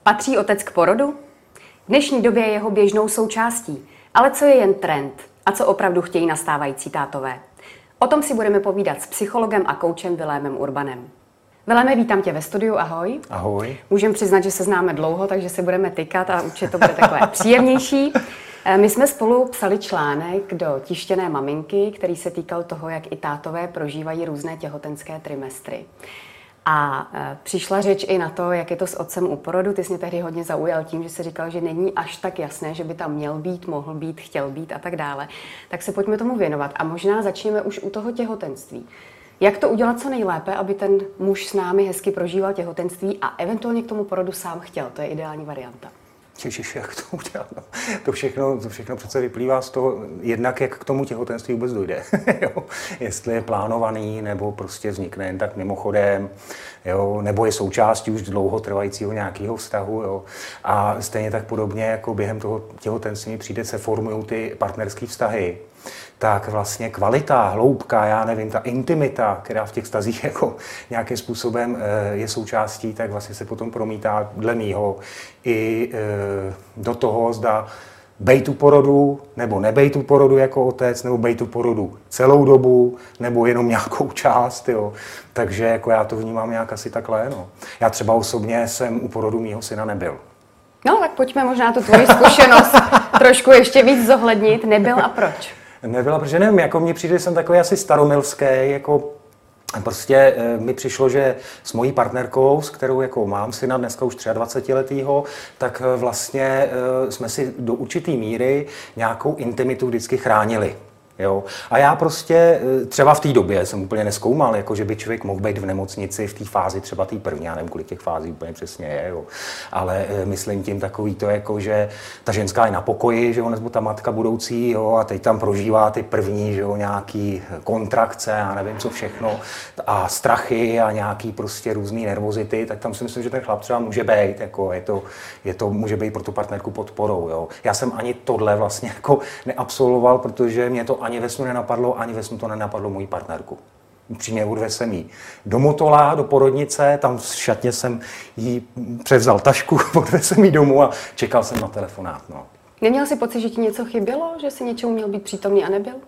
Patří otec k porodu? V dnešní době je jeho běžnou součástí. Ale co je jen trend? A co opravdu chtějí nastávající tátové? O tom si budeme povídat s psychologem a koučem Vilémem Urbanem. Viléme, vítám tě ve studiu, ahoj. Ahoj. Můžeme přiznat, že se známe dlouho, takže si budeme tykat a určitě to bude takové příjemnější. My jsme spolu psali článek do Tištěné maminky, který se týkal toho, jak i tátové prožívají různé těhotenské trimestry. A přišla řeč i na to, jak je to s otcem u porodu. Ty jsi mě tehdy hodně zaujal tím, že jsi říkal, že není až tak jasné, že by tam měl být, mohl být, chtěl být a tak dále. Tak se pojďme tomu věnovat a možná začneme už u toho těhotenství. Jak to udělat co nejlépe, aby ten muž s námi hezky prožíval těhotenství a eventuálně k tomu porodu sám chtěl? To je ideální varianta. Ježiš, jak to udělat? No. To všechno přece vyplývá z toho, jednak jak k tomu těhotenství vůbec dojde. Jo? Jestli je plánovaný, nebo prostě vznikne jen tak mimochodem, jo? Nebo je součástí už dlouhotrvajícího nějakého vztahu. Jo? A stejně tak podobně, jako během toho těhotenství přijde, se formují ty partnerské vztahy. Tak vlastně kvalita, hloubka, já nevím, ta intimita, která v těch vztazích jako nějakým způsobem je součástí, tak vlastně se potom promítá dle mýho i do toho, zda bejt u porodu, nebo nebejt u porodu jako otec, nebo bejt u porodu celou dobu, nebo jenom nějakou část, jo. Takže jako já to vnímám nějak asi takhle, no. Já třeba osobně jsem u porodu mýho syna nebyl. No, tak pojďme možná tu tvoji zkušenost trošku ještě víc zohlednit. Nebyl a proč? Nebyla, protože nevím, jako mně přijde, že jsem takový asi staromilský, jako prostě mi přišlo, že s mojí partnerkou, s kterou jako mám syna dneska už 23letýho, tak vlastně jsme si do určitý míry nějakou intimitu vždycky chránili. Jo. A já prostě třeba v té době jsem úplně nezkoumal, jako že by člověk mohl být v nemocnici v té fázi třeba té první, já nevím, kolik těch fází úplně přesně je, jo. Ale myslím tím takový to, jako že ta ženská je na pokoji, že jo, nebo ta matka budoucí, jo, a teď tam prožívá ty první, že jo, nějaký kontrakce, já nevím co všechno, a strachy a nějaký prostě různý nervozity, tak tam si myslím, že ten chlap třeba může být, jako je to může být pro tu partnerku podporou, jo. Já jsem ani tohle vlastně jako neabsolvoval, protože mě to ani ve snu nenapadlo, ani ve snu to nenapadlo moji partnerku. Přímě odvezl jsem jí do Motola, do porodnice, tam v šatně jsem jí převzal tašku, odvezl jsem jí domů a čekal jsem na telefonát. No. Neměl jsi pocit, že ti něco chybělo? Že jsi něčemu měl být přítomný a nebyl?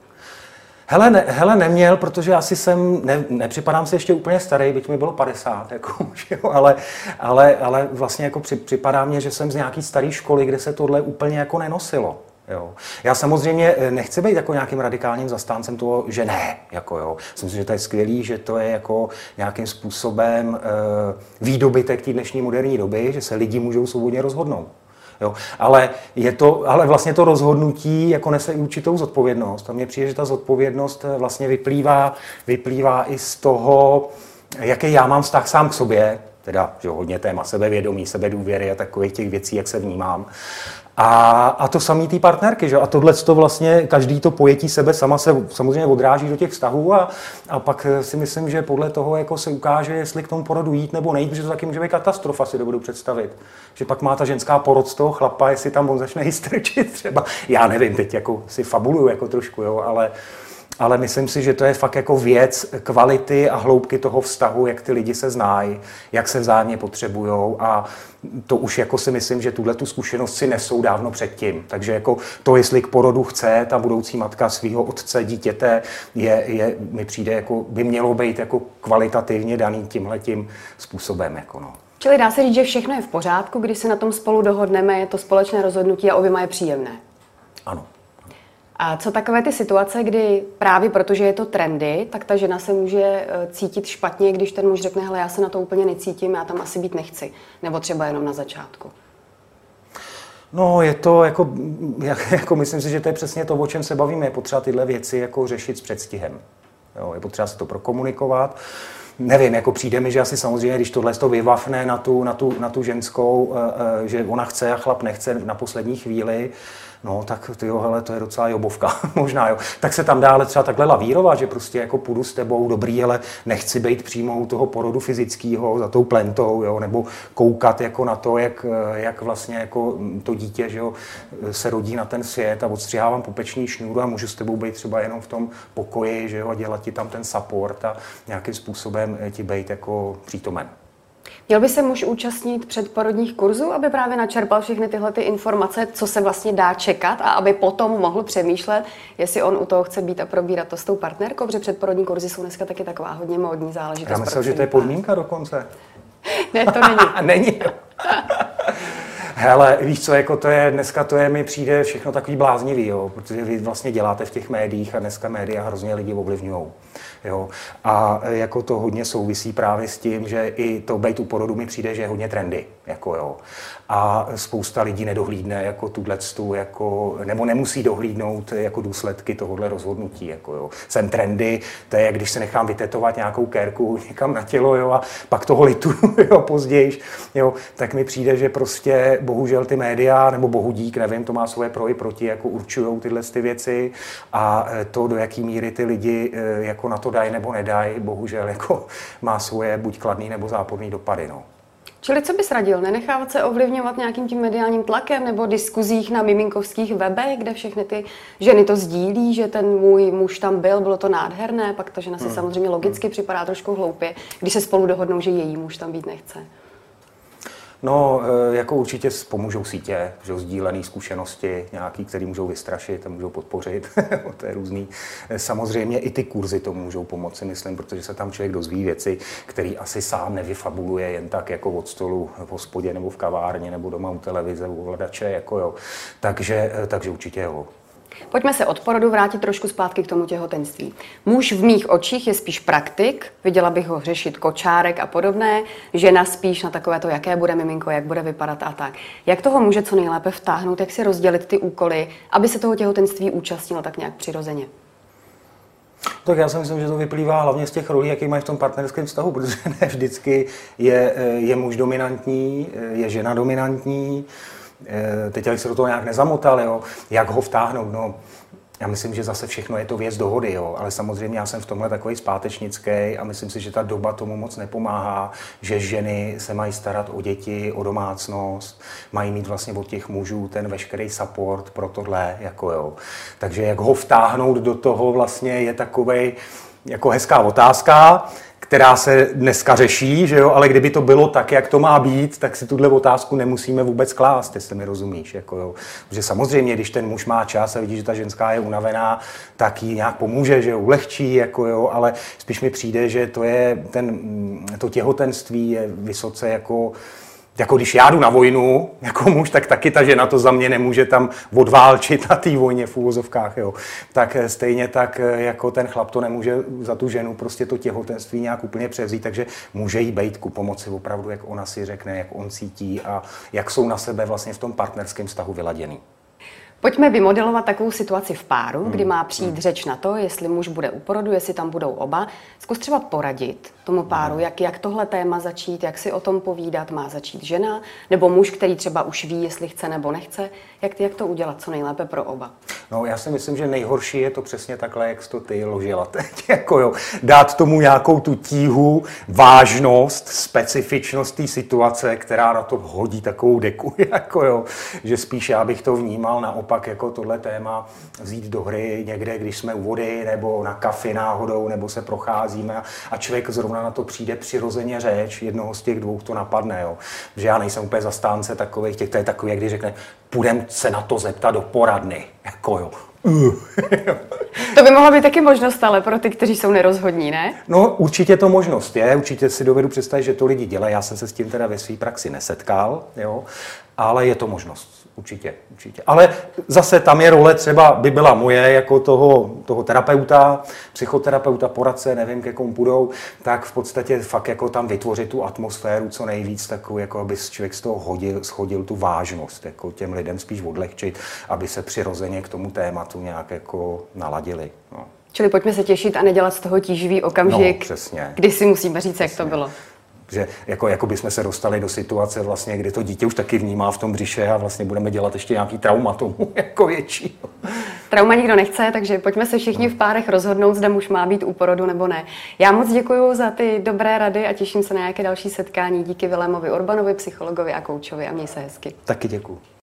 Hele, neměl, protože asi nepřipadám si ještě úplně starý, byť mi bylo 50, jako, jo, ale vlastně jako připadá mně, že jsem z nějaký staré školy, kde se tohle úplně jako nenosilo. Jo. Já samozřejmě nechci být jako nějakým radikálním zastáncem toho, že ne. Jako jo. Myslím si, že to je skvělý, že to je jako nějakým způsobem výdobytek té dnešní moderní doby, že se lidi můžou svobodně rozhodnout. Jo. Ale vlastně to rozhodnutí jako nese i určitou zodpovědnost. A mně přijde, že ta zodpovědnost vlastně vyplývá i z toho, jaký já mám vztah sám k sobě, teda že hodně téma sebevědomí, sebedůvěry a takových těch věcí, jak se vnímám. A to samý té partnerky, že? A tohle to vlastně, každý to pojetí sebe sama se samozřejmě odráží do těch vztahů a pak si myslím, že podle toho jako se ukáže, jestli k tomu porodu jít nebo nejít, protože to taky může být katastrofa, si dovedu představit. Že pak má ta ženská porod z toho chlapa, jestli tam on začne hysterčit třeba. Já nevím, teď jako si fabuluju jako trošku, jo, ale myslím si, že to je fakt jako věc kvality a hloubky toho vztahu, jak ty lidi se znají, jak se vzájemně potřebujou a to už jako si myslím, že tuhle tu zkušenost si nesou dávno předtím. Takže jako to, jestli k porodu chce ta budoucí matka svého otce, dítěte, mi přijde jako, by mělo být jako kvalitativně daný tímhletím způsobem. Jako no. Čili dá se říct, že všechno je v pořádku, když se na tom spolu dohodneme, je to společné rozhodnutí a oběma je příjemné. Ano. A co takové ty situace, kdy právě protože je to trendy, tak ta žena se může cítit špatně, když ten muž řekne, hele, já se na to úplně necítím, já tam asi být nechci. Nebo třeba jenom na začátku. No, je to jako myslím si, že to je přesně to, o čem se bavíme. Je potřeba tyhle věci jako řešit s předstihem. Jo, je potřeba se to prokomunikovat. Nevím, jako přijde mi, že asi samozřejmě, když tohle to vyvafne na tu ženskou, že ona chce a chlap nechce na poslední chvíli, no tak tyjo, hele, to je docela jobovka, možná jo. Tak se tam dále třeba takhle lavírovat, že prostě jako půjdu s tebou, dobrý, ale nechci být přímo u toho porodu fyzického za tou plentou, jo, nebo koukat jako na to, jak vlastně jako to dítě, že jo, se rodí na ten svět a odstřihávám pupeční šňůru a můžu s tebou být třeba jenom v tom pokoji, že jo, a dělat ti tam ten support a nějakým způsobem ti být jako přítomen. Měl by se muž účastnit předporodních kurzů, aby právě načerpal všechny tyhle ty informace, co se vlastně dá čekat a aby potom mohl přemýšlet, jestli on u toho chce být a probírat to s tou partnerkou, protože předporodní kurzy jsou dneska taky taková hodně módní záležitost. Já myslím, že to je podmínka dokonce. Ne, to není. Není. Hele, víš co, jako to je, dneska to je, mi přijde všechno takový bláznivý, jo, protože vy vlastně děláte v těch médiích a dneska média hrozně lidi ovlivňujou, jo. A jako to hodně souvisí právě s tím, že i to být u porodu mi přijde, že je hodně trendy, jako jo. A spousta lidí nedohlídne jako tuto, jako, nebo nemusí dohlídnout jako důsledky tohohle rozhodnutí, jako jo. Jsem trendy, to je, když se nechám vytetovat nějakou kérku někam na tělo, jo, a pak toho lituju, jo, později, jo, tak mi přijde, že prostě bohužel ty média, nebo bohu dík, nevím, to má svoje pro i proti, jako určujou tyhle ty věci a to, do jaký míry ty lidi jako na to dají nebo nedají, bohužel jako má svoje buď kladný nebo záporný dopady, no. Čili co bys radil? Nenechávat se ovlivňovat nějakým tím mediálním tlakem nebo diskuzích na miminkovských webech, kde všechny ty ženy to sdílí, že ten můj muž tam byl, bylo to nádherné, pak ta žena si samozřejmě logicky připadá trošku hloupě, když se spolu dohodnou, že její muž tam být nechce. No, jako určitě pomůžou sítě, že sdílené zkušenosti nějaký, které můžou vystrašit a můžou podpořit, to je různý. Samozřejmě i ty kurzy to můžou pomoci, myslím, protože se tam člověk dozví věci, které asi sám nevyfabuluje jen tak jako od stolu v hospodě nebo v kavárně nebo doma u televize, u ovladače, jako jo. Takže určitě jo. Pojďme se od porodu vrátit trošku zpátky k tomu těhotenství. Muž v mých očích je spíš praktik, viděla bych ho řešit kočárek a podobné, žena spíš na takové to, jaké bude miminko, jak bude vypadat a tak. Jak toho může co nejlépe vtáhnout, jak si rozdělit ty úkoly, aby se toho těhotenství účastnilo tak nějak přirozeně? Tak já si myslím, že to vyplývá hlavně z těch rolí, jaký mají v tom partnerském vztahu, protože ne vždycky je muž dominantní, je žena dominantní. Teď, abych se do toho nějak nezamotal, jo, jak ho vtáhnout, no, já myslím, že zase všechno je to věc dohody, jo, ale samozřejmě já jsem v tomhle takový zpátečnický a myslím si, že ta doba tomu moc nepomáhá, že ženy se mají starat o děti, o domácnost, mají mít vlastně od těch mužů ten veškerý support pro tohle, jako jo. Takže jak ho vtáhnout do toho vlastně je takovej jako hezká otázka, která se dneska řeší, že jo, ale kdyby to bylo tak, jak to má být, tak si tuhle otázku nemusíme vůbec klást, jestli mi rozumíš, jako jo. Protože samozřejmě, když ten muž má čas a vidí, že ta ženská je unavená, tak jí nějak pomůže, že jo, ulehčí, jako jo, ale spíš mi přijde, že to je to těhotenství je vysoce jako když já jdu na vojnu jako muž, tak taky ta žena to za mě nemůže tam odválčit na té vojně v úvozovkách, jo. Tak stejně tak jako ten chlap to nemůže za tu ženu prostě to těhotenství nějak úplně převzít, takže může jí být ku pomoci opravdu, jak ona si řekne, jak on cítí a jak jsou na sebe vlastně v tom partnerském vztahu vyladěný. Pojďme vymodelovat takovou situaci v páru, kdy má přijít řeč na to, jestli muž bude u porodu, jestli tam budou oba. Zkus třeba poradit tomu páru, jak tohle téma začít, jak si o tom povídat, má začít žena, nebo muž, který třeba už ví, jestli chce nebo nechce. Jak to udělat co nejlépe pro oba? No, já si myslím, že nejhorší je to přesně takhle, jak jsi to ty ložila teď. Jako jo, dát tomu nějakou tu tíhu, vážnost, specifičnost té situace, která na to hodí takovou deku. Jako jo, že spíš já bych to vnímal naopak jako tohle téma vzít do hry někde, když jsme u vody, nebo na kafi náhodou, nebo se procházíme a člověk zrovna na to přijde přirozeně řeč, jednoho z těch dvou to napadne. Jo. Že já nejsem úplně zastánce takových těch, to je takový, jak když řekne, půjdem se na to zeptat do poradny. Jako jo. To by mohla být taky možnost, ale pro ty, kteří jsou nerozhodní, ne? No, určitě to možnost je, určitě si dovedu představit, že to lidi dělají, já jsem se s tím teda ve své praxi nesetkal, jo, ale je to možnost, určitě. Ale zase tam je role třeba, by byla moje, jako toho terapeuta, psychoterapeuta, poradce, nevím, ke komu půjdou, tak v podstatě fakt jako tam vytvořit tu atmosféru co nejvíc, takovou, jako aby člověk z toho shodil tu vážnost, jako těm lidem spíš odlehčit, aby se přirozeně k tomu tématu nějak jako naladili. No. Čili pojďme se těšit a nedělat z toho tíživý okamžik, kdy si musíme říct, jak to bylo. Že jako bychom se dostali do situace, vlastně, kdy to dítě už taky vnímá v tom břiše a vlastně budeme dělat ještě nějaký trauma tomu jako větší. Trauma nikdo nechce, takže pojďme se všichni v párech rozhodnout, zda muž má být u porodu nebo ne. Já moc děkuji za ty dobré rady a těším se na nějaké další setkání. Díky Vilémovi Urbanovi, psychologovi a koučovi a měj se hezky. Taky děkuji.